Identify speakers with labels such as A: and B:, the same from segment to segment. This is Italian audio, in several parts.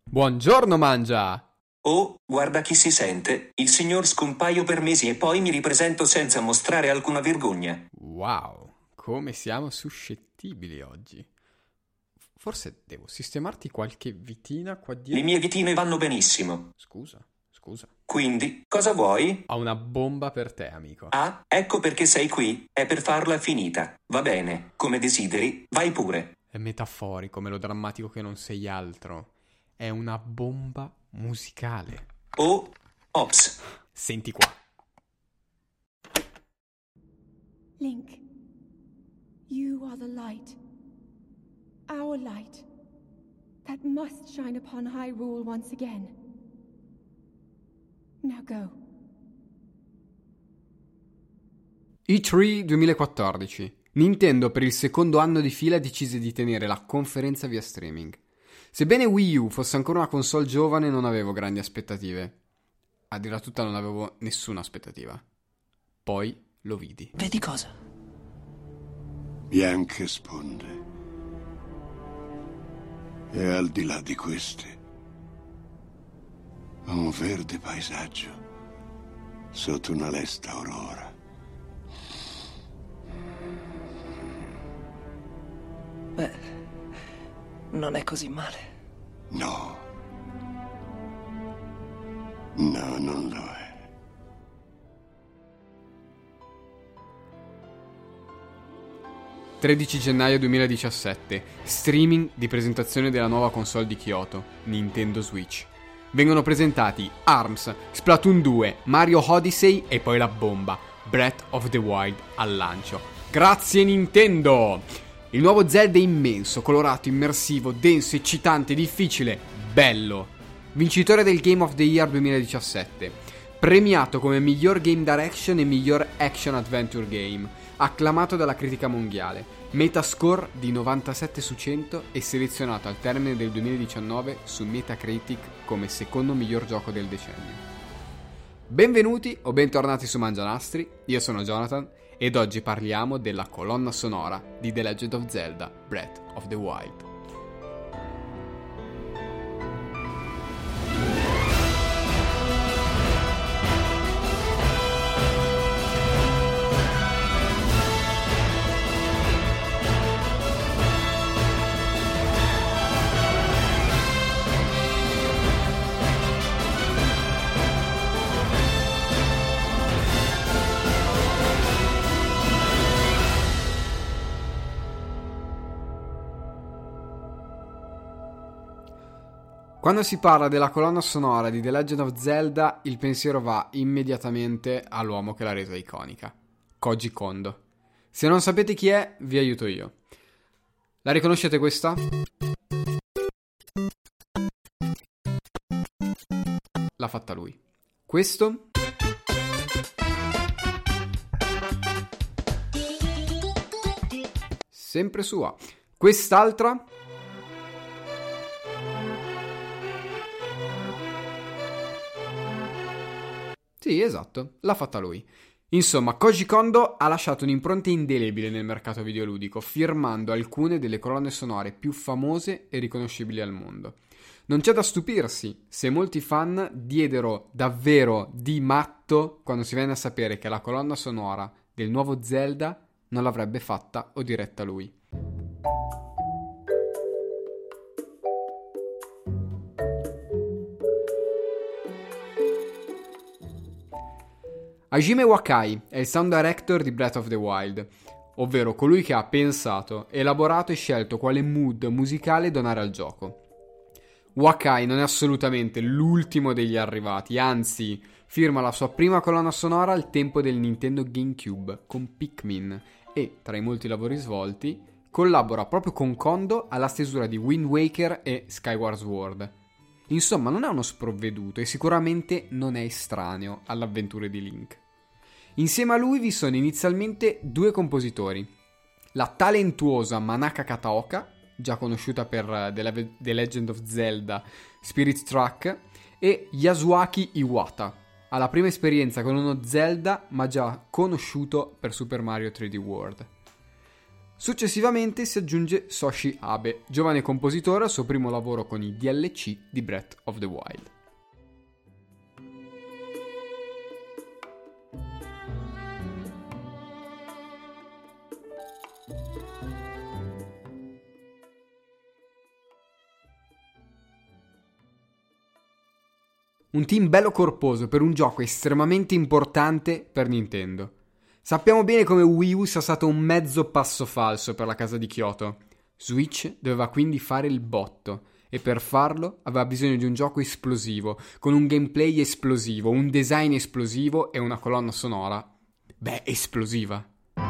A: Buongiorno, Mangia!
B: Oh, guarda chi si sente, il signor scompaio per mesi e poi mi ripresento senza mostrare alcuna vergogna.
A: Wow, come siamo suscettibili oggi. Forse devo sistemarti qualche vitina qua dietro.
B: Le mie vitine vanno benissimo.
A: Scusa.
B: Quindi, cosa vuoi?
A: Ho una bomba per te, amico.
B: Ah, ecco perché sei qui, è per farla finita. Va bene, come desideri, vai pure.
A: È metaforico, melodrammatico che non sei altro. È una bomba musicale.
B: Oh, ops.
A: Senti qua.
C: Link, you are the light. Our light. That must shine upon Hyrule once again. Now go.
A: E3 2014. Nintendo per il secondo anno di fila decise di tenere la conferenza via streaming. Sebbene Wii U fosse ancora una console giovane, non avevo grandi aspettative. A dirla tutta, non avevo nessuna aspettativa. Poi lo vidi.
D: Vedi cosa?
E: Bianche sponde. E al di là di queste, un verde paesaggio sotto una lesta aurora.
D: Beh, non è così male.
E: No. No, non lo è.
A: «13 gennaio 2017. Streaming di presentazione della nuova console di Kyoto, Nintendo Switch. Vengono presentati ARMS, Splatoon 2, Mario Odyssey e poi la bomba, Breath of the Wild al lancio. Grazie Nintendo! Il nuovo Zelda è immenso, colorato, immersivo, denso, eccitante, difficile, bello. Vincitore del Game of the Year 2017. Premiato come miglior Game Direction e miglior Action Adventure Game. Acclamato dalla critica mondiale. Metascore di 97 su 100 e selezionato al termine del 2019 su Metacritic come secondo miglior gioco del decennio. Benvenuti o bentornati su Mangianastri, io sono Jonathan ed oggi parliamo della colonna sonora di The Legend of Zelda Breath of the Wild. Quando si parla della colonna sonora di The Legend of Zelda, il pensiero va immediatamente all'uomo che l'ha resa iconica, Koji Kondo. Se non sapete chi è, vi aiuto io. La riconoscete questa? L'ha fatta lui. Questo? Sempre sua. Quest'altra? Sì, esatto, l'ha fatta lui. Insomma, Koji Kondo ha lasciato un'impronta indelebile nel mercato videoludico, firmando alcune delle colonne sonore più famose e riconoscibili al mondo. Non c'è da stupirsi se molti fan diedero davvero di matto quando si venne a sapere che la colonna sonora del nuovo Zelda non l'avrebbe fatta o diretta lui. Hajime Wakai è il sound director di Breath of the Wild, ovvero colui che ha pensato, elaborato e scelto quale mood musicale donare al gioco. Wakai non è assolutamente l'ultimo degli arrivati, anzi, firma la sua prima colonna sonora al tempo del Nintendo GameCube con Pikmin e, tra i molti lavori svolti, collabora proprio con Kondo alla stesura di Wind Waker e Skyward Sword. Insomma, non è uno sprovveduto e sicuramente non è estraneo alle avventure di Link. Insieme a lui vi sono inizialmente due compositori, la talentuosa Manaka Kataoka, già conosciuta per The Legend of Zelda Spirit Track, e Yasuaki Iwata, alla prima esperienza con uno Zelda ma già conosciuto per Super Mario 3D World. Successivamente si aggiunge Soshi Abe, giovane compositore al suo primo lavoro con i DLC di Breath of the Wild. Un team bello corposo per un gioco estremamente importante per Nintendo. Sappiamo bene come Wii U sia stato un mezzo passo falso per la casa di Kyoto. Switch doveva quindi fare il botto e per farlo aveva bisogno di un gioco esplosivo, con un gameplay esplosivo, un design esplosivo e una colonna sonora, esplosiva.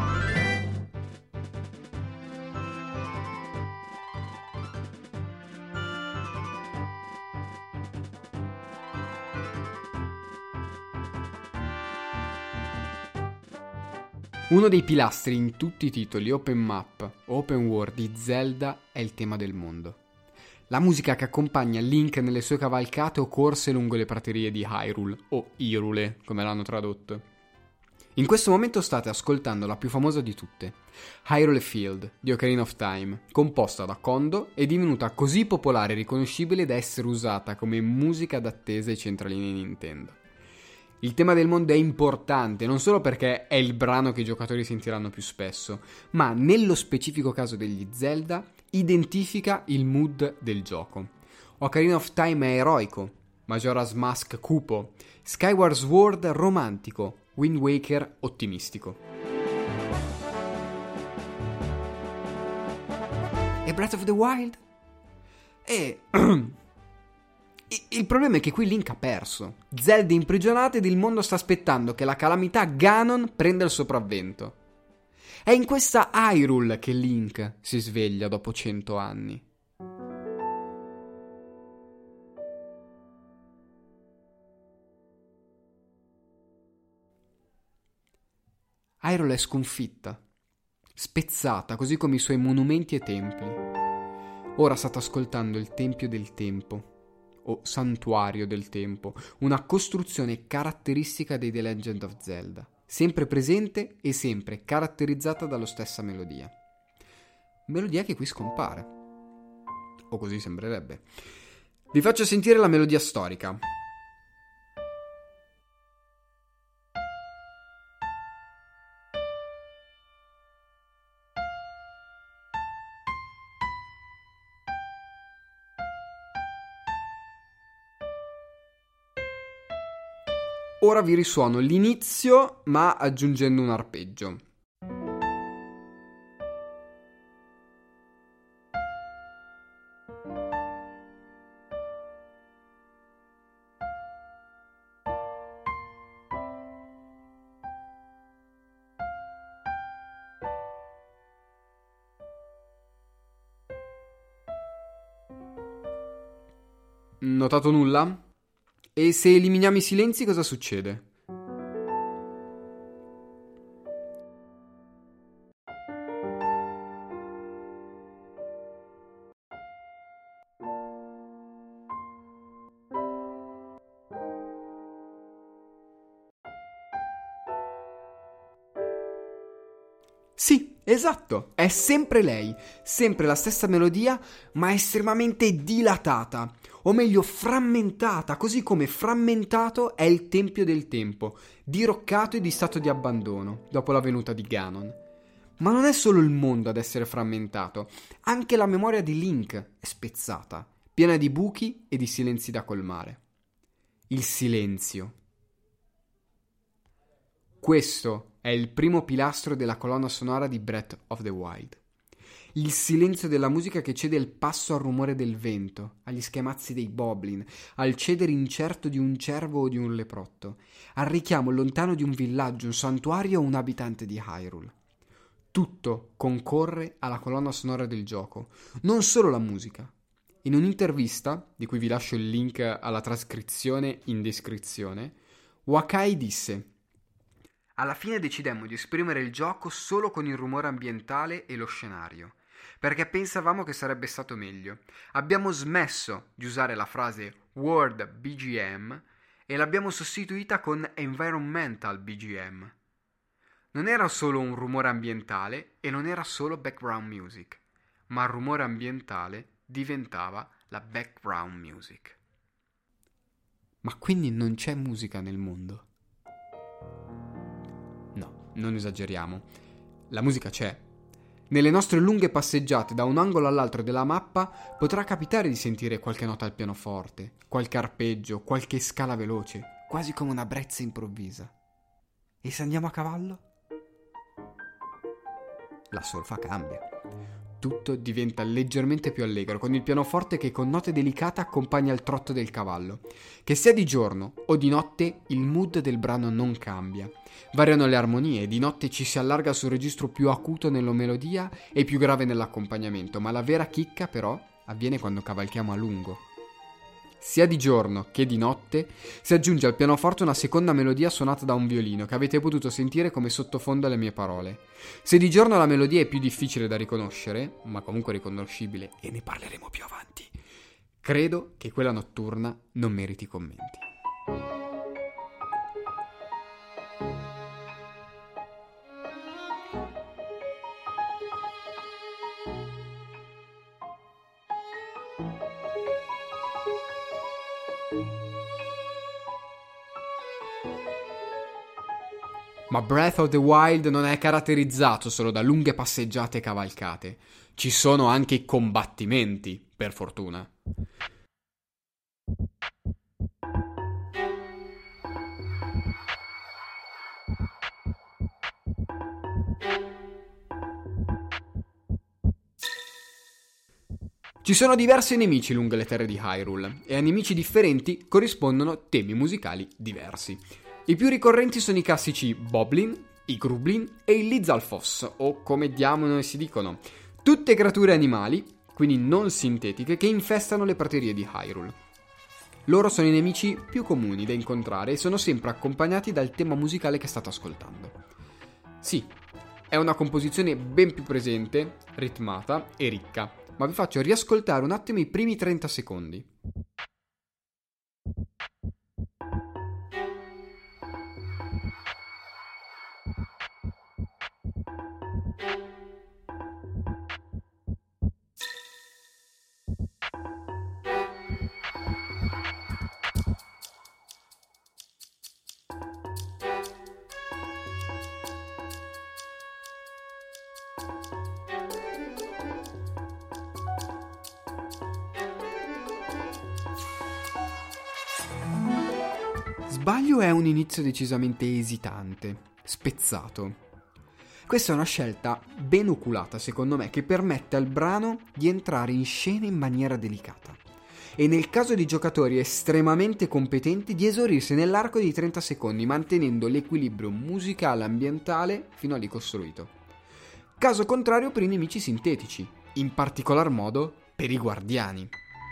A: Uno dei pilastri in tutti i titoli open map o open world di Zelda è il tema del mondo. La musica che accompagna Link nelle sue cavalcate o corse lungo le praterie di Hyrule, o Hyrule, come l'hanno tradotto. In questo momento state ascoltando la più famosa di tutte, Hyrule Field di Ocarina of Time, composta da Kondo e divenuta così popolare e riconoscibile da essere usata come musica d'attesa ai centralini Nintendo. Il tema del mondo è importante non solo perché è il brano che i giocatori sentiranno più spesso, ma nello specifico caso degli Zelda identifica il mood del gioco. Ocarina of Time è eroico, Majora's Mask cupo, Skyward Sword romantico, Wind Waker ottimistico. E Breath of the Wild? Il problema è che qui Link ha perso. Zelda è imprigionata ed il mondo sta aspettando che la calamità Ganon prenda il sopravvento. È in questa Hyrule che Link si sveglia dopo 100 anni. Hyrule è sconfitta, spezzata, così come i suoi monumenti e templi. Ora state ascoltando il Tempio del Tempo, o Santuario del Tempo, una costruzione caratteristica dei The Legend of Zelda, sempre presente e sempre caratterizzata dalla stessa melodia. Melodia che qui scompare, o così sembrerebbe. Vi faccio sentire la melodia storica. Ora vi risuono l'inizio, ma aggiungendo un arpeggio. Notato nulla? E se eliminiamo i silenzi cosa succede? Sì, esatto, è sempre lei, sempre la stessa melodia, ma estremamente dilatata, o meglio frammentata, così come frammentato è il Tempio del Tempo, diroccato e di stato di abbandono, dopo la venuta di Ganon. Ma non è solo il mondo ad essere frammentato, anche la memoria di Link è spezzata, piena di buchi e di silenzi da colmare. Il silenzio. Questo è il primo pilastro della colonna sonora di Breath of the Wild. Il silenzio della musica che cede il passo al rumore del vento, agli schiamazzi dei goblin, al cedere incerto di un cervo o di un leprotto, al richiamo lontano di un villaggio, un santuario o un abitante di Hyrule. Tutto concorre alla colonna sonora del gioco, non solo la musica. In un'intervista, di cui vi lascio il link alla trascrizione in descrizione, Wakai disse: alla fine decidemmo di esprimere il gioco solo con il rumore ambientale e lo scenario, perché pensavamo che sarebbe stato meglio. Abbiamo smesso di usare la frase World BGM e l'abbiamo sostituita con Environmental BGM. non era solo un rumore ambientale e non era solo background music, ma il rumore ambientale diventava la background music. Ma quindi non c'è musica nel mondo? No, non esageriamo. La musica c'è. Nelle nostre lunghe passeggiate da un angolo all'altro della mappa potrà capitare di sentire qualche nota al pianoforte, qualche arpeggio, qualche scala veloce, quasi come una brezza improvvisa. E se andiamo a cavallo? La solfa cambia. Tutto diventa leggermente più allegro, con il pianoforte che con note delicate accompagna il trotto del cavallo. Che sia di giorno o di notte, il mood del brano non cambia. Variano le armonie, di notte ci si allarga sul registro più acuto nella melodia e più grave nell'accompagnamento, ma la vera chicca però avviene quando cavalchiamo a lungo. Sia di giorno che di notte si aggiunge al pianoforte una seconda melodia suonata da un violino che avete potuto sentire come sottofondo alle mie parole. Se di giorno la melodia è più difficile da riconoscere, ma comunque riconoscibile, e ne parleremo più avanti, credo che quella notturna non meriti commenti. Ma Breath of the Wild non è caratterizzato solo da lunghe passeggiate e cavalcate. Ci sono anche i combattimenti, per fortuna. Ci sono diversi nemici lungo le terre di Hyrule, e a nemici differenti corrispondono temi musicali diversi. I più ricorrenti sono i classici Boblin, i Grublin e i Lizalfos, o come diamine si dicono, tutte creature animali, quindi non sintetiche, che infestano le praterie di Hyrule. Loro sono i nemici più comuni da incontrare e sono sempre accompagnati dal tema musicale che state ascoltando. Sì, è una composizione ben più presente, ritmata e ricca, ma vi faccio riascoltare un attimo i primi 30 secondi. Sbaglio è un inizio decisamente esitante, spezzato. Questa è una scelta ben oculata, secondo me, che permette al brano di entrare in scena in maniera delicata e nel caso di giocatori estremamente competenti di esaurirsi nell'arco di 30 secondi, mantenendo l'equilibrio musicale ambientale fino a lì costruito. Caso contrario per i nemici sintetici, in particolar modo per i guardiani.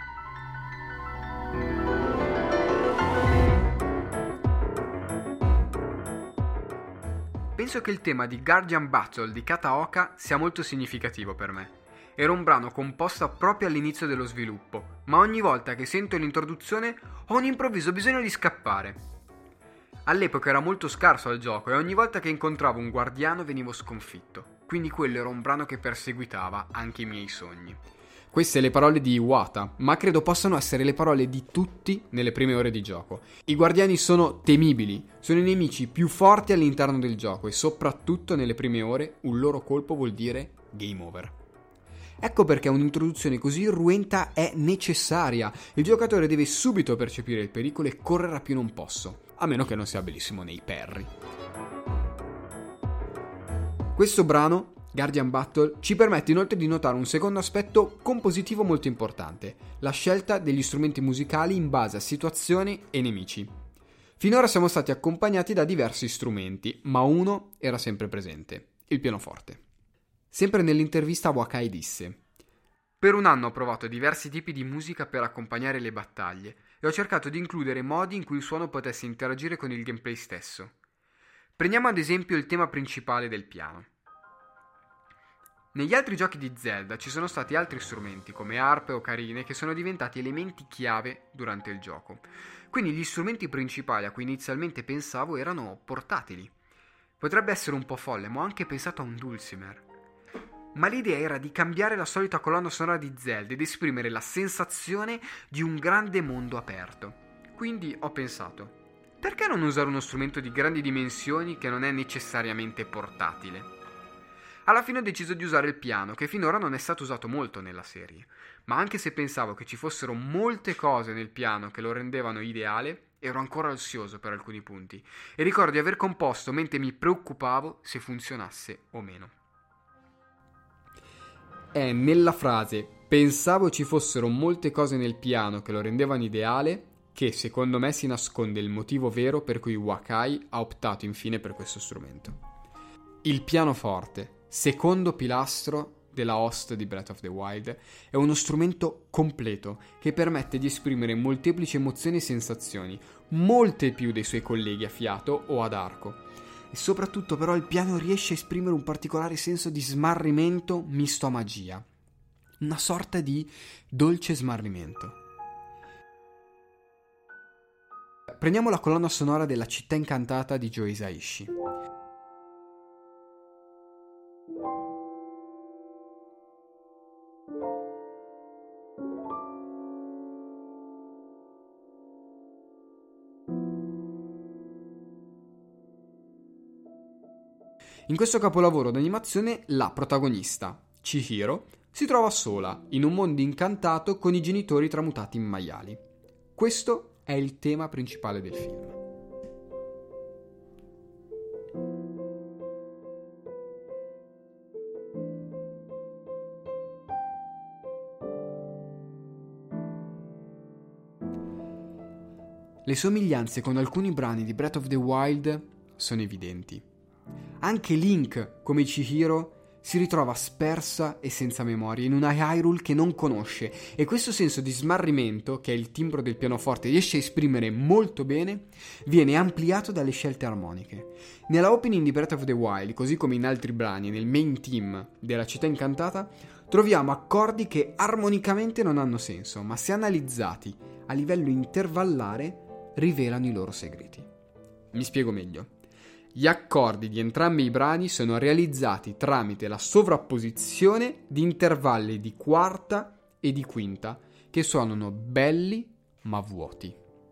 A: Penso che il tema di Guardian Battle di Kataoka sia molto significativo per me. Era un brano composto proprio all'inizio dello sviluppo, ma ogni volta che sento l'introduzione ho un improvviso bisogno di scappare. All'epoca era molto scarso al gioco e ogni volta che incontravo un guardiano venivo sconfitto, quindi quello era un brano che perseguitava anche i miei sogni. Queste le parole di Iwata, ma credo possano essere le parole di tutti nelle prime ore di gioco. I guardiani sono temibili, sono i nemici più forti all'interno del gioco e soprattutto nelle prime ore un loro colpo vuol dire game over. Ecco perché un'introduzione così irruenta è necessaria. Il giocatore deve subito percepire il pericolo e correre a più non posso, a meno che non sia bellissimo nei perri. Questo brano, Guardian Battle, ci permette inoltre di notare un secondo aspetto compositivo molto importante, la scelta degli strumenti musicali in base a situazioni e nemici. Finora siamo stati accompagnati da diversi strumenti, ma uno era sempre presente, il pianoforte. Sempre nell'intervista Wakai disse: "Per un anno ho provato diversi tipi di musica per accompagnare le battaglie e ho cercato di includere modi in cui il suono potesse interagire con il gameplay stesso. Prendiamo ad esempio il tema principale del piano. Negli altri giochi di Zelda ci sono stati altri strumenti come arpe o carine che sono diventati elementi chiave durante il gioco. Quindi gli strumenti principali a cui inizialmente pensavo erano portatili. Potrebbe essere un po' folle, ma ho anche pensato a un dulcimer. Ma l'idea era di cambiare la solita colonna sonora di Zelda ed esprimere la sensazione di un grande mondo aperto. Quindi ho pensato, perché non usare uno strumento di grandi dimensioni che non è necessariamente portatile? Alla fine ho deciso di usare il piano, che finora non è stato usato molto nella serie, ma anche se pensavo che ci fossero molte cose nel piano che lo rendevano ideale, ero ancora ansioso per alcuni punti e ricordo di aver composto mentre mi preoccupavo se funzionasse o meno. È nella frase "pensavo ci fossero molte cose nel piano che lo rendevano ideale" che secondo me si nasconde il motivo vero per cui Wakai ha optato infine per questo strumento. Il pianoforte, secondo pilastro della host di Breath of the Wild, è uno strumento completo che permette di esprimere molteplici emozioni e sensazioni, molte più dei suoi colleghi a fiato o ad arco. E soprattutto però il piano riesce a esprimere un particolare senso di smarrimento misto a magia. Una sorta di dolce smarrimento. Prendiamo la colonna sonora della Città Incantata di Joe Hisaishi. In questo capolavoro d'animazione la protagonista, Chihiro, si trova sola in un mondo incantato con i genitori tramutati in maiali. Questo è il tema principale del film. Le somiglianze con alcuni brani di Breath of the Wild sono evidenti. Anche Link, come Chihiro, si ritrova spersa e senza memoria in una Hyrule che non conosce, e questo senso di smarrimento, che è il timbro del pianoforte riesce a esprimere molto bene, viene ampliato dalle scelte armoniche. Nella opening di Breath of the Wild, così come in altri brani nel main theme della Città Incantata, troviamo accordi che armonicamente non hanno senso, ma se analizzati a livello intervallare rivelano i loro segreti. Mi spiego meglio. Gli accordi di entrambi i brani sono realizzati tramite la sovrapposizione di intervalli di quarta e di quinta che suonano belli ma vuoti.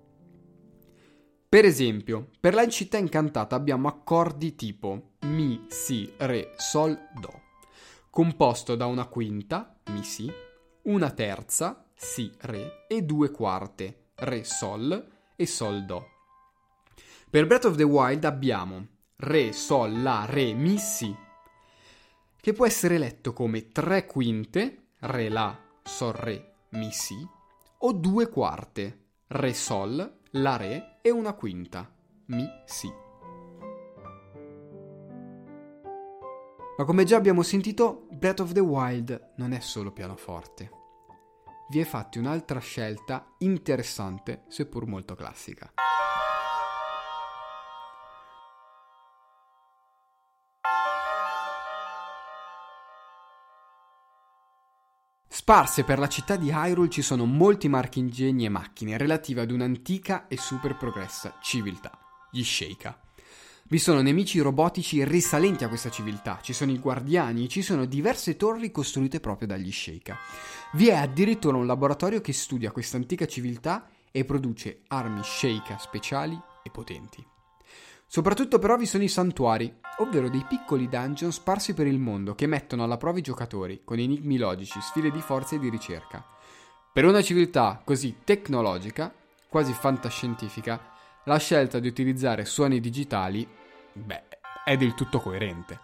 A: Per esempio, per la Città Incantata abbiamo accordi tipo Mi, Si, Re, Sol, Do, composto da una quinta, Mi, Si, una terza, Si, Re, e due quarte, Re, Sol e Sol, Do. Per Breath of the Wild abbiamo Re, Sol, La, Re, Mi, Si, che può essere letto come tre quinte, Re, La, Sol, Re, Mi, Si, o due quarte, Re, Sol, La, Re e una quinta, Mi, Si. Ma come già abbiamo sentito, Breath of the Wild non è solo pianoforte. Vi è fatta un'altra scelta interessante, seppur molto classica. Sparse per la città di Hyrule ci sono molti marchingegni e macchine relative ad un'antica e super progressa civiltà, gli Sheikah. Vi sono nemici robotici risalenti a questa civiltà, ci sono i guardiani e ci sono diverse torri costruite proprio dagli Sheikah. Vi è addirittura un laboratorio che studia questa antica civiltà e produce armi Sheikah speciali e potenti. Soprattutto però vi sono i santuari, ovvero dei piccoli dungeon sparsi per il mondo che mettono alla prova i giocatori con enigmi logici, sfide di forza e di ricerca. Per una civiltà così tecnologica, quasi fantascientifica, la scelta di utilizzare suoni digitali, è del tutto coerente.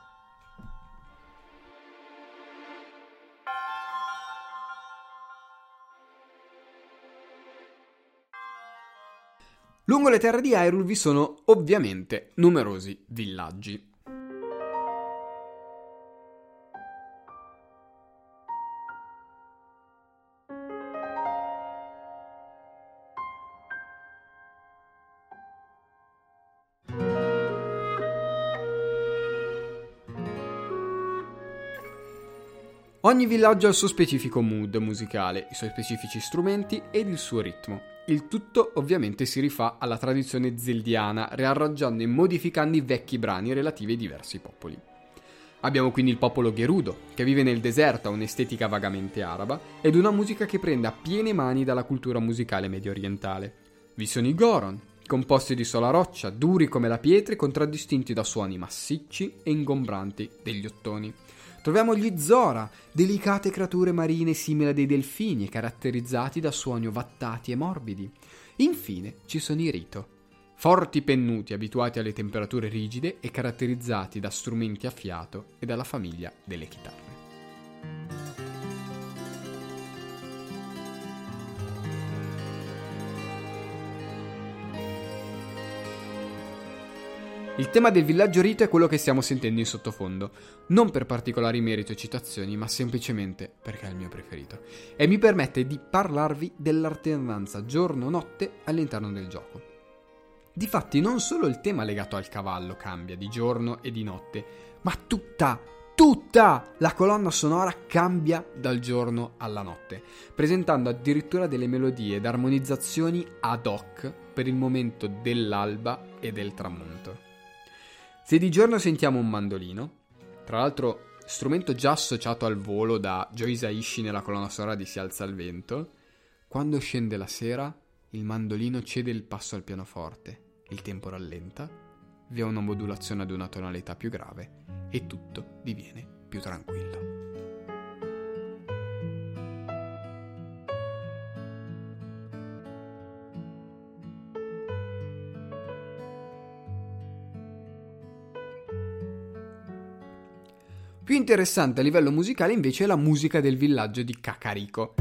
A: Lungo le terre di Hyrule vi sono ovviamente numerosi villaggi. Ogni villaggio ha il suo specifico mood musicale, i suoi specifici strumenti ed il suo ritmo. Il tutto ovviamente si rifà alla tradizione zeldiana, riarrangiando e modificando i vecchi brani relativi ai diversi popoli. Abbiamo quindi il popolo Gerudo, che vive nel deserto, ha un'estetica vagamente araba ed una musica che prende a piene mani dalla cultura musicale medio orientale. Vi sono i Goron, composti di sola roccia, duri come la pietra e contraddistinti da suoni massicci e ingombranti degli ottoni. Troviamo gli Zora, delicate creature marine simili a dei delfini e caratterizzati da suoni ovattati e morbidi. Infine ci sono i Rito, forti pennuti abituati alle temperature rigide e caratterizzati da strumenti a fiato e dalla famiglia delle chitarre. Il tema del villaggio Rito è quello che stiamo sentendo in sottofondo, non per particolari meriti o citazioni, ma semplicemente perché è il mio preferito, e mi permette di parlarvi dell'alternanza giorno-notte all'interno del gioco. Difatti non solo il tema legato al cavallo cambia di giorno e di notte, ma tutta la colonna sonora cambia dal giorno alla notte, presentando addirittura delle melodie ed armonizzazioni ad hoc per il momento dell'alba e del tramonto. Se di giorno sentiamo un mandolino, tra l'altro strumento già associato al volo da Joe Hisaishi nella colonna sonora di Si alza il vento, quando scende la sera il mandolino cede il passo al pianoforte, il tempo rallenta, vi è una modulazione ad una tonalità più grave e tutto diviene più tranquillo. Più interessante a livello musicale invece è la musica del villaggio di Kakariko,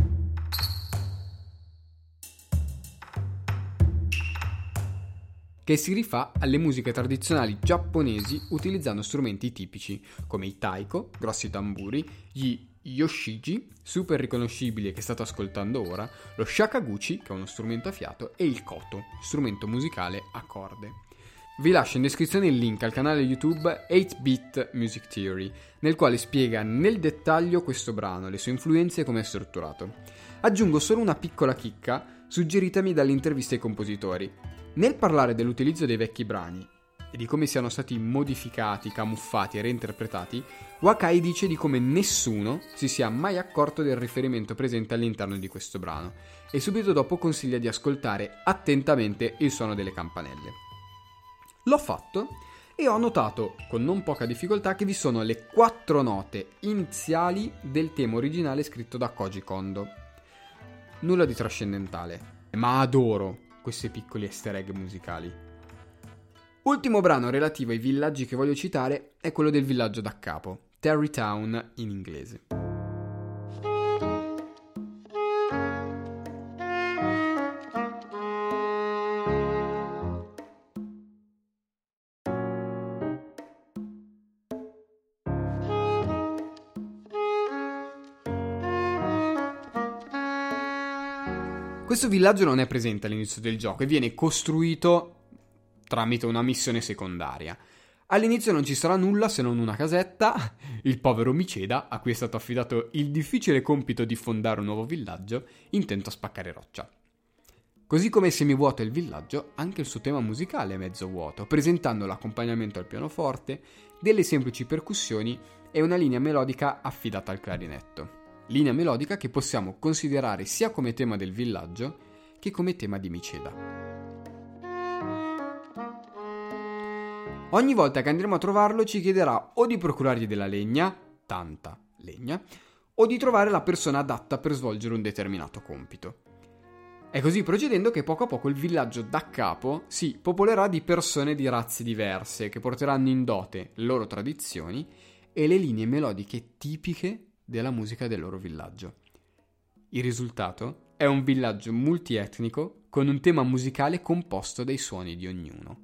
A: che si rifà alle musiche tradizionali giapponesi utilizzando strumenti tipici come i taiko, grossi tamburi, gli yoshiji, super riconoscibili e che state ascoltando ora, lo shakaguchi, che è uno strumento a fiato, e il koto, strumento musicale a corde. Vi lascio in descrizione il link al canale YouTube 8-Bit Music Theory, nel quale spiega nel dettaglio questo brano, le sue influenze e come è strutturato. Aggiungo solo una piccola chicca suggeritami dalle interviste ai compositori. Nel parlare dell'utilizzo dei vecchi brani e di come siano stati modificati, camuffati e reinterpretati, Wakai dice di come nessuno si sia mai accorto del riferimento presente all'interno di questo brano e subito dopo consiglia di ascoltare attentamente il suono delle campanelle. L'ho fatto e ho notato con non poca difficoltà che vi sono le 4 note iniziali del tema originale scritto da Koji Kondo. Nulla di trascendentale, ma adoro questi piccoli easter egg musicali. Ultimo brano relativo ai villaggi che voglio citare è quello del villaggio da capo, Tarrytown in inglese. Questo villaggio non è presente all'inizio del gioco e viene costruito tramite una missione secondaria. All'inizio non ci sarà nulla se non una casetta, il povero Miceda, a cui è stato affidato il difficile compito di fondare un nuovo villaggio, intento a spaccare roccia. Così come semivuoto è il villaggio, anche il suo tema musicale è mezzo vuoto, presentando l'accompagnamento al pianoforte, delle semplici percussioni e una linea melodica affidata al clarinetto. Linea melodica che possiamo considerare sia come tema del villaggio che come tema di Miceda. Ogni volta che andremo a trovarlo ci chiederà o di procurargli della legna, tanta legna, o di trovare la persona adatta per svolgere un determinato compito. È così procedendo che poco a poco il villaggio da capo si popolerà di persone di razze diverse che porteranno in dote le loro tradizioni e le linee melodiche tipiche della musica del loro villaggio. Il risultato è un villaggio multietnico con un tema musicale composto dai suoni di ognuno.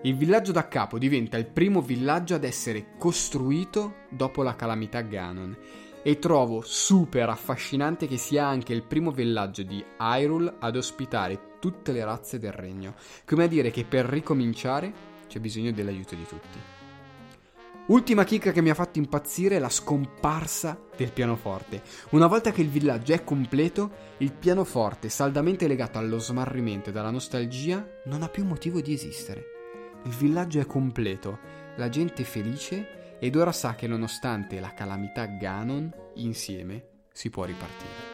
A: Il villaggio da capo diventa il primo villaggio ad essere costruito dopo la calamità Ganon, e trovo super affascinante che sia anche il primo villaggio di Hyrule ad ospitare tutte le razze del regno, come a dire che per ricominciare c'è bisogno dell'aiuto di tutti. Ultima chicca che mi ha fatto impazzire è la scomparsa del pianoforte. Una volta che il villaggio è completo, il pianoforte, saldamente legato allo smarrimento e alla nostalgia, non ha più motivo di esistere. Il villaggio è completo, la gente è felice ed ora sa che nonostante la calamità Ganon, insieme si può ripartire.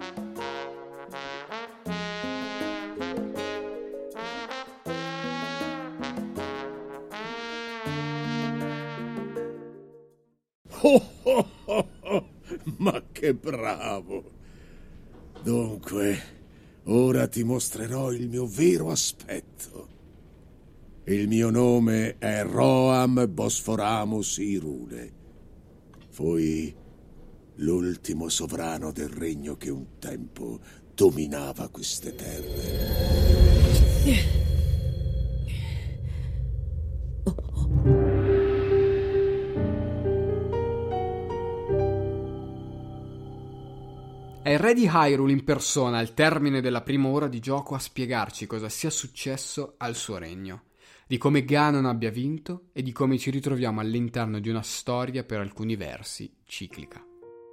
E: Oh, oh, oh, oh, ma che bravo! Dunque, ora ti mostrerò il mio vero aspetto. Il mio nome è Roam Bosforamus Hyrule. Fui l'ultimo sovrano del regno che un tempo dominava queste terre.
A: È il re di Hyrule in persona al termine della prima ora di gioco a spiegarci cosa sia successo al suo regno, di come Ganon abbia vinto e di come ci ritroviamo all'interno di una storia per alcuni versi ciclica.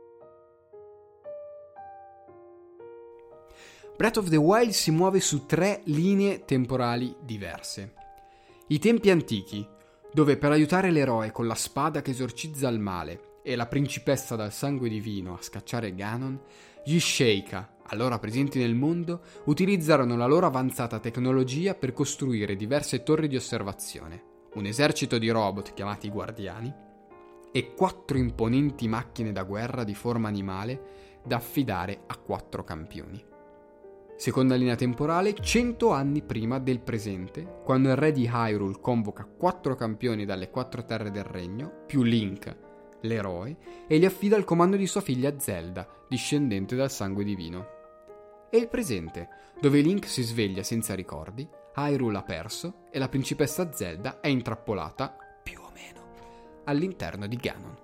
A: Breath of the Wild si muove su 3 linee temporali diverse. I tempi antichi, dove per aiutare l'eroe con la spada che esorcizza il male e la principessa dal sangue divino a scacciare Ganon, gli Sheikah, allora presenti nel mondo, utilizzarono la loro avanzata tecnologia per costruire diverse torri di osservazione, un esercito di robot chiamati Guardiani e 4 imponenti macchine da guerra di forma animale da affidare a 4 campioni. Seconda linea temporale, 100 anni prima del presente, quando il re di Hyrule convoca 4 campioni dalle 4 terre del regno, più Link, l'eroe, e gli affida il comando di sua figlia Zelda, discendente dal sangue divino. E il presente, dove Link si sveglia senza ricordi, Hyrule ha perso e la principessa Zelda è intrappolata, più o meno, all'interno di Ganon.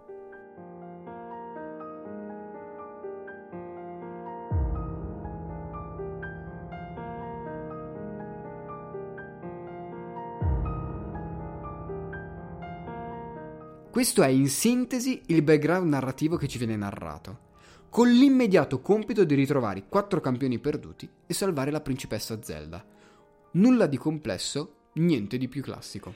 A: Questo è in sintesi il background narrativo che ci viene narrato, con l'immediato compito di ritrovare i 4 campioni perduti e salvare la principessa Zelda. Nulla di complesso, niente di più classico.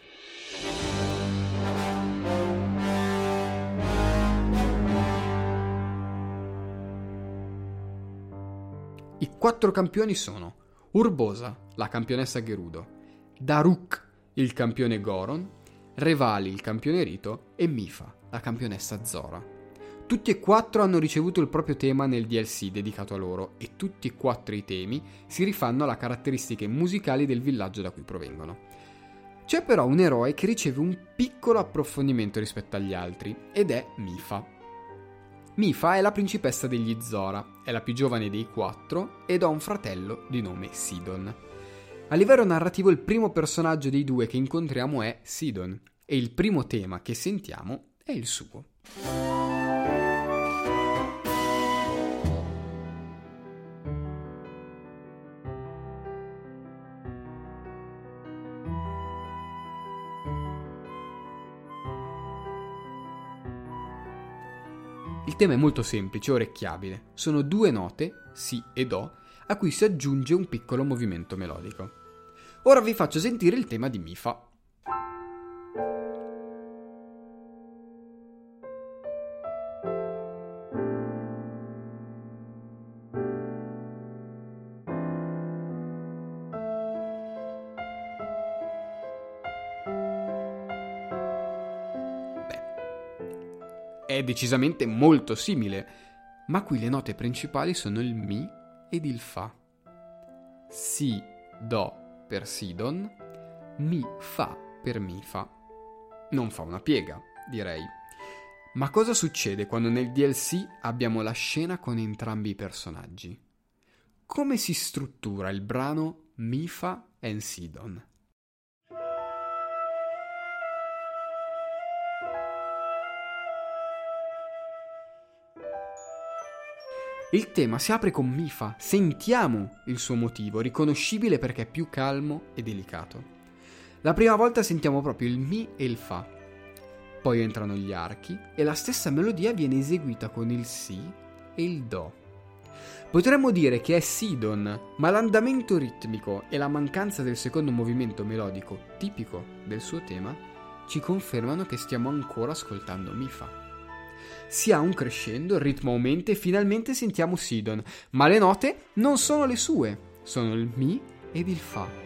A: I 4 campioni sono Urbosa, la campionessa Gerudo, Daruk, il campione Goron, Revali, il campione Rito, e Mipha, la campionessa Zora. Tutti e 4 hanno ricevuto il proprio tema nel DLC dedicato a loro e tutti e 4 i temi si rifanno alle caratteristiche musicali del villaggio da cui provengono. C'è però un eroe che riceve un piccolo approfondimento rispetto agli altri ed è Mipha. Mipha è la principessa degli Zora, è la più giovane dei 4 ed ha un fratello di nome Sidon. A livello narrativo il primo personaggio dei 2 che incontriamo è Sidon e il primo tema che sentiamo è il suo. Il tema è molto semplice e orecchiabile. Sono 2 note, Si e Do, a cui si aggiunge un piccolo movimento melodico. Ora vi faccio sentire il tema di Mipha. È decisamente molto simile, ma qui le note principali sono il Mi ed il Fa. Si, Do per Sidon, Mi, Fa per Mipha. Non fa una piega, direi. Ma cosa succede quando nel DLC abbiamo la scena con entrambi i personaggi? Come si struttura il brano Mipha and Sidon? Il tema si apre con Mipha, sentiamo il suo motivo, riconoscibile perché è più calmo e delicato. La prima volta sentiamo proprio il Mi e il Fa, poi entrano gli archi e la stessa melodia viene eseguita con il Si e il Do. Potremmo dire che è Sidon, ma l'andamento ritmico e la mancanza del secondo movimento melodico tipico del suo tema ci confermano che stiamo ancora ascoltando Mipha. Si ha un crescendo, il ritmo aumenta e finalmente sentiamo Sidon, ma le note non sono le sue, sono il Mi ed il Fa.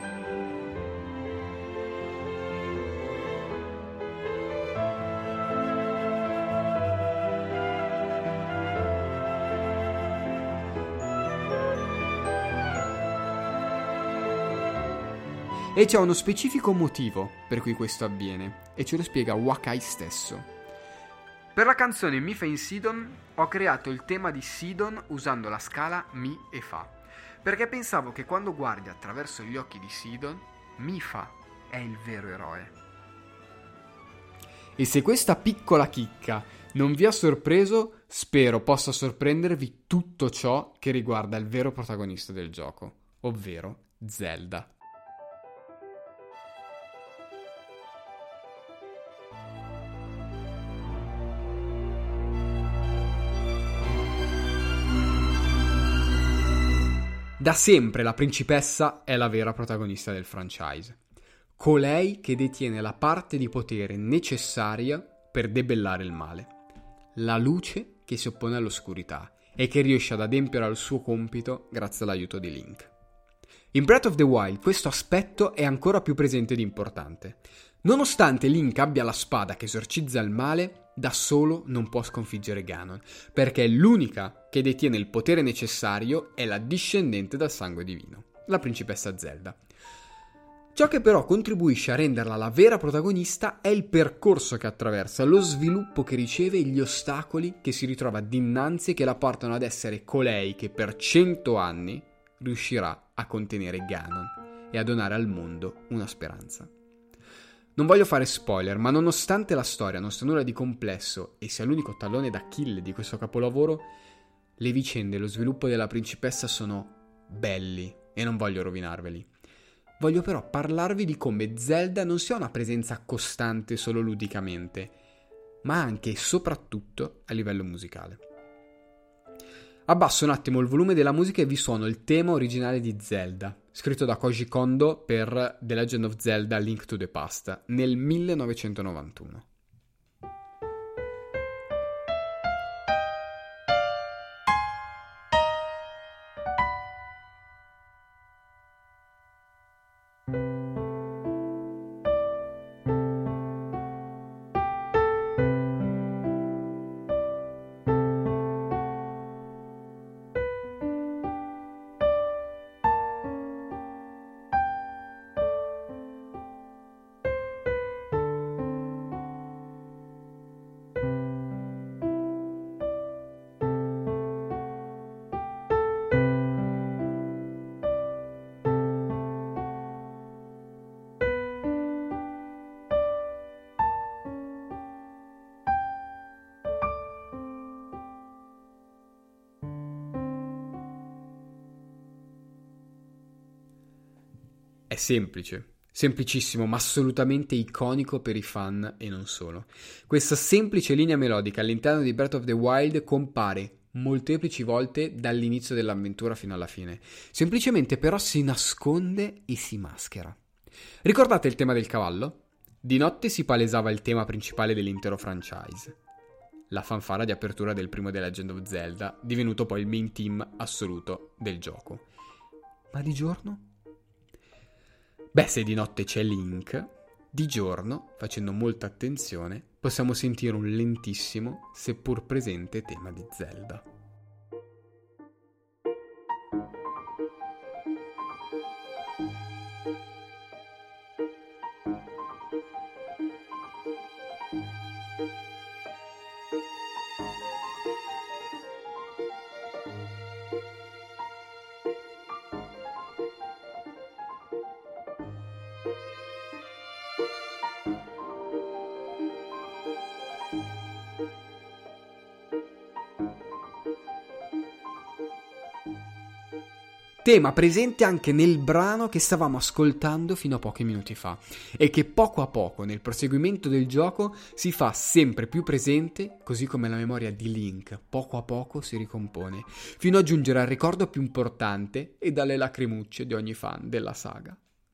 A: E c'è uno specifico motivo per cui questo avviene, e ce lo spiega Wakai stesso. Per la canzone Mipha in Sidon ho creato il tema di Sidon usando la scala Mi e Fa, perché pensavo che quando guardi attraverso gli occhi di Sidon, Mipha è il vero eroe. E se questa piccola chicca non vi ha sorpreso, spero possa sorprendervi tutto ciò che riguarda il vero protagonista del gioco, ovvero Zelda. Da sempre la principessa è la vera protagonista del franchise, colei che detiene la parte di potere necessaria per debellare il male, la luce che si oppone all'oscurità e che riesce ad adempiere al suo compito grazie all'aiuto di Link. In Breath of the Wild questo aspetto è ancora più presente ed importante. Nonostante Link abbia la spada che esorcizza il male, da solo non può sconfiggere Ganon, perché l'unica che detiene il potere necessario è la discendente dal sangue divino, la principessa Zelda. Ciò che però contribuisce a renderla la vera protagonista è il percorso che attraversa, lo sviluppo che riceve e gli ostacoli che si ritrova dinanzi e che la portano ad essere colei che per 100 anni riuscirà a contenere Ganon e a donare al mondo una speranza. Non voglio fare spoiler, ma nonostante la storia non sia nulla di complesso e sia l'unico tallone d'Achille di questo capolavoro, le vicende e lo sviluppo della principessa sono belli e non voglio rovinarveli. Voglio però parlarvi di come Zelda non sia una presenza costante solo ludicamente, ma anche e soprattutto a livello musicale. Abbasso un attimo il volume della musica e vi suono il tema originale di Zelda, scritto da Koji Kondo per The Legend of Zelda: Link to the Past nel 1991. È semplice, semplicissimo, ma assolutamente iconico per i fan e non solo. Questa semplice linea melodica all'interno di Breath of the Wild compare molteplici volte dall'inizio dell'avventura fino alla fine. Semplicemente però si nasconde e si maschera. Ricordate il tema del cavallo? Di notte si palesava il tema principale dell'intero franchise, la fanfara di apertura del primo The Legend of Zelda, divenuto poi il main theme assoluto del gioco. Ma di giorno? Beh, se di notte c'è Link, di giorno, facendo molta attenzione, possiamo sentire un lentissimo, seppur presente tema di Zelda. tema presente anche nel brano che stavamo ascoltando fino a pochi minuti fa e che poco a poco nel proseguimento del gioco si fa sempre più presente, così come la memoria di Link poco a poco si ricompone, fino a giungere al ricordo più importante e dalle lacrimucce di ogni fan della saga.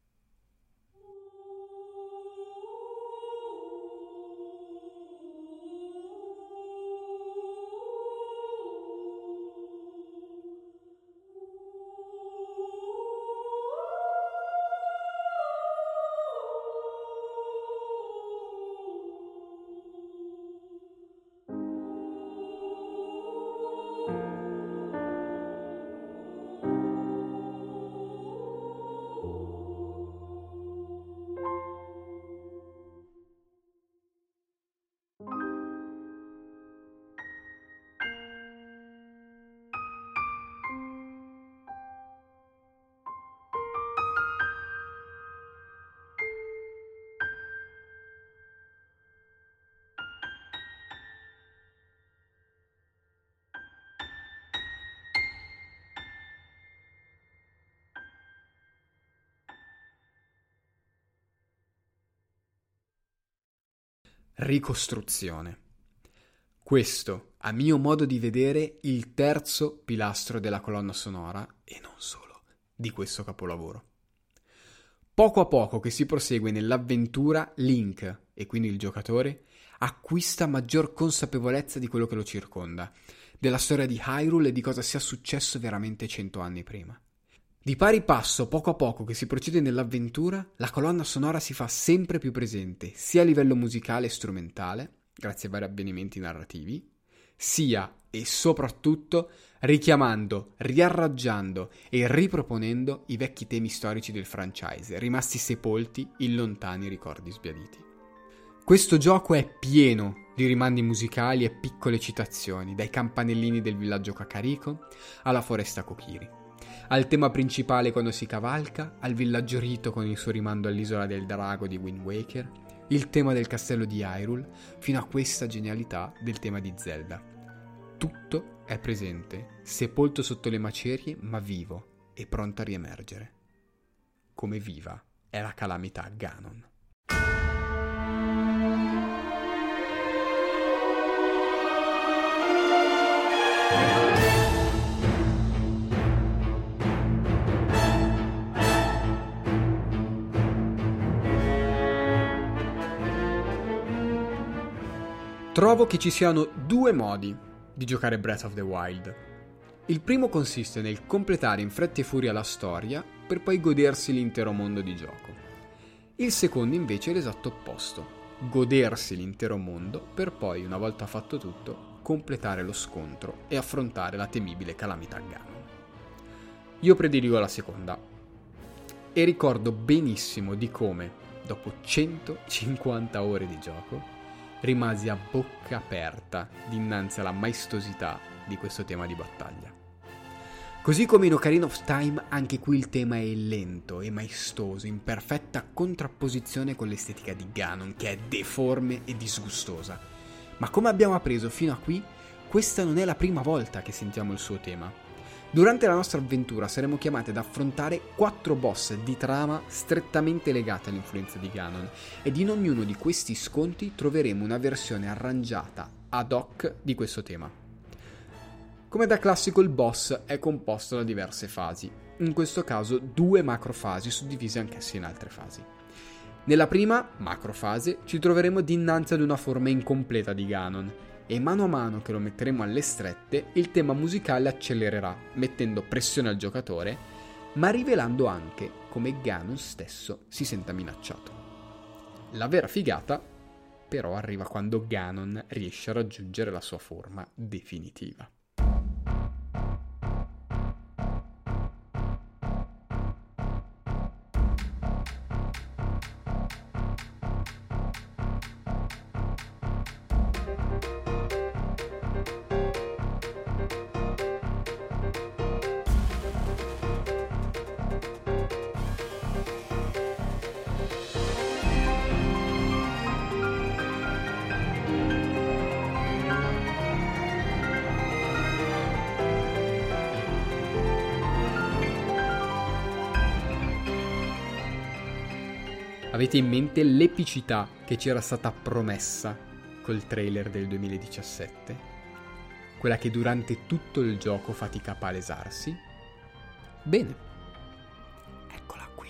A: Ricostruzione. Questo, a mio modo di vedere, il terzo pilastro della colonna sonora, e non solo, di questo capolavoro. Poco a poco che si prosegue nell'avventura, Link, e quindi il giocatore, acquista maggior consapevolezza di quello che lo circonda, della storia di Hyrule e di cosa sia successo veramente 100 anni prima. Di pari passo, poco a poco che si procede nell'avventura, la colonna sonora si fa sempre più presente, sia a livello musicale e strumentale, grazie ai vari avvenimenti narrativi, sia e soprattutto richiamando, riarrangiando e riproponendo i vecchi temi storici del franchise, rimasti sepolti in lontani ricordi sbiaditi. Questo gioco è pieno di rimandi musicali e piccole citazioni, dai campanellini del villaggio Kakariko alla foresta Kokiri. Al tema principale quando si cavalca, al villaggio Rito con il suo rimando all'isola del drago di Wind Waker, il tema del castello di Hyrule, fino a questa genialità del tema di Zelda. Tutto è presente, sepolto sotto le macerie, ma vivo e pronto a riemergere. Come viva è la calamità Ganon. Trovo che ci siano due modi di giocare Breath of the Wild. Il primo consiste nel completare in fretta e furia la storia per poi godersi l'intero mondo di gioco. Il secondo invece è l'esatto opposto, godersi l'intero mondo per poi, una volta fatto tutto, completare lo scontro e affrontare la temibile calamità Ganon. Io prediligo la seconda e ricordo benissimo di come, dopo 150 ore di gioco, rimasi a bocca aperta dinanzi alla maestosità di questo tema di battaglia. Così come in Ocarina of Time, anche qui il tema è lento e maestoso, in perfetta contrapposizione con l'estetica di Ganon, che è deforme e disgustosa. Ma come abbiamo appreso fino a qui, questa non è la prima volta che sentiamo il suo tema. Durante la nostra avventura saremo chiamati ad affrontare 4 boss di trama strettamente legate all'influenza di Ganon, ed in ognuno di questi scontri troveremo una versione arrangiata ad hoc di questo tema. Come da classico, il boss è composto da diverse fasi, in questo caso 2 macrofasi suddivise anch'esse in altre fasi. Nella prima, macrofase, ci troveremo dinanzi ad una forma incompleta di Ganon, e mano a mano che lo metteremo alle strette, il tema musicale accelererà, mettendo pressione al giocatore, ma rivelando anche come Ganon stesso si senta minacciato. La vera figata, però, arriva quando Ganon riesce a raggiungere la sua forma definitiva. Avete in mente l'epicità che ci era stata promessa col trailer del 2017? Quella che durante tutto il gioco fatica a palesarsi? Bene, eccola qui.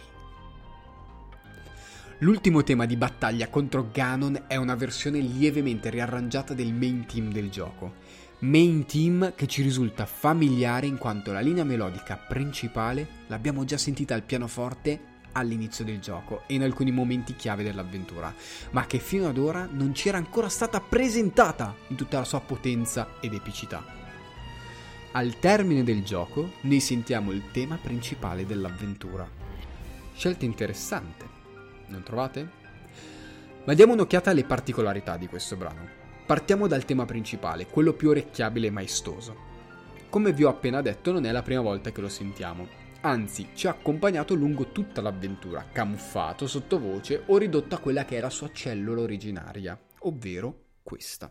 A: L'ultimo tema di battaglia contro Ganon è una versione lievemente riarrangiata del main theme del gioco. Main theme che ci risulta familiare in quanto la linea melodica principale l'abbiamo già sentita al pianoforte all'inizio del gioco e in alcuni momenti chiave dell'avventura, ma che fino ad ora non ci era ancora stata presentata in tutta la sua potenza ed epicità. Al termine del gioco noi sentiamo il tema principale dell'avventura. Scelta interessante, non trovate? Ma diamo un'occhiata alle particolarità di questo brano. Partiamo dal tema principale, quello più orecchiabile e maestoso. Come vi ho appena detto, non è la prima volta che lo sentiamo. Anzi, ci ha accompagnato lungo tutta l'avventura, camuffato, sottovoce o ridotto a quella che è la sua cellula originaria, ovvero questa.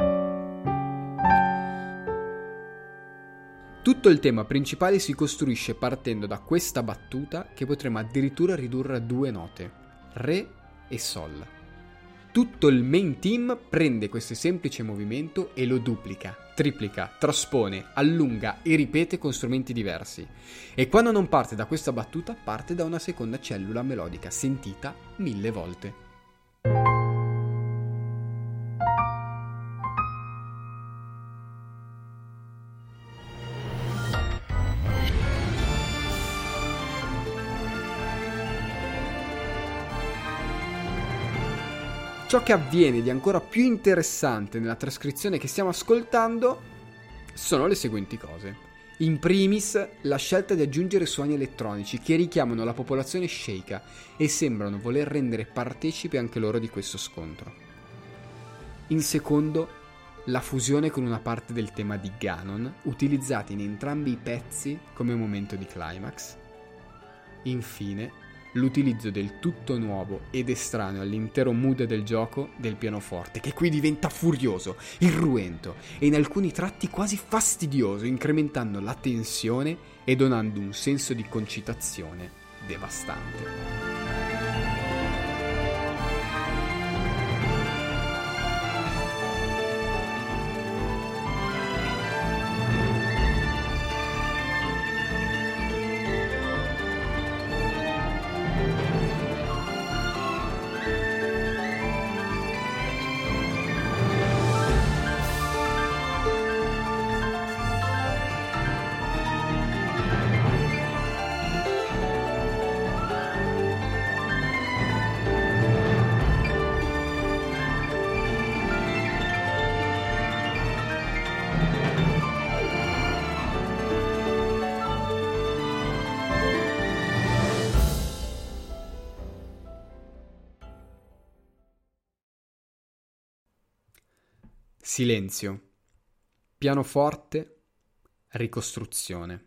A: Tutto il tema principale si costruisce partendo da questa battuta che potremmo addirittura ridurre a 2 note, Re e Sol. Tutto il main team prende questo semplice movimento e lo duplica, triplica, traspone, allunga e ripete con strumenti diversi. E quando non parte da questa battuta, parte da una seconda cellula melodica sentita 1000 volte. Ciò che avviene di ancora più interessante nella trascrizione che stiamo ascoltando sono le seguenti cose. In primis, la scelta di aggiungere suoni elettronici che richiamano la popolazione sceicca e sembrano voler rendere partecipi anche loro di questo scontro. In secondo, la fusione con una parte del tema di Ganon, utilizzati in entrambi i pezzi come momento di climax. Infine, l'utilizzo del tutto nuovo ed estraneo all'intero mood del gioco del pianoforte, che qui diventa furioso, irruento e in alcuni tratti quasi fastidioso, incrementando la tensione e donando un senso di concitazione devastante. Silenzio, pianoforte, ricostruzione.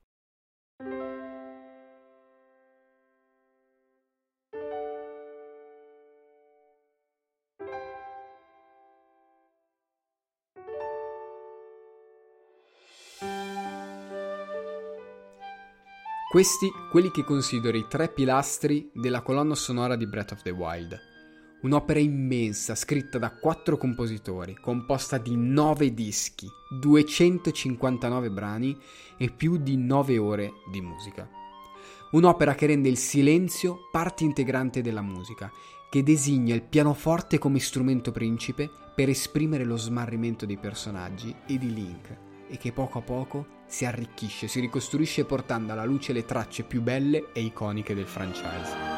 A: Questi quelli che considero i 3 pilastri della colonna sonora di Breath of the Wild. Un'opera immensa, scritta da 4 compositori, composta di 9 dischi, 259 brani e più di 9 ore di musica. Un'opera che rende il silenzio parte integrante della musica, che designa il pianoforte come strumento principe per esprimere lo smarrimento dei personaggi e di Link, e che poco a poco si arricchisce, si ricostruisce portando alla luce le tracce più belle e iconiche del franchise.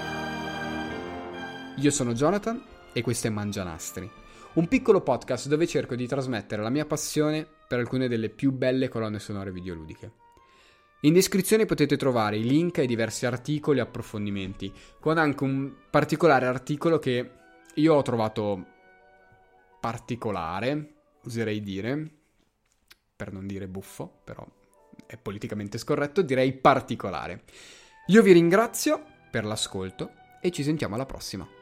A: Io sono Jonathan e questo è Mangianastri, un piccolo podcast dove cerco di trasmettere la mia passione per alcune delle più belle colonne sonore videoludiche. In descrizione potete trovare i link ai diversi articoli e approfondimenti, con anche un particolare articolo che io ho trovato particolare, oserei dire, per non dire buffo, però è politicamente scorretto, direi particolare. Io vi ringrazio per l'ascolto e ci sentiamo alla prossima.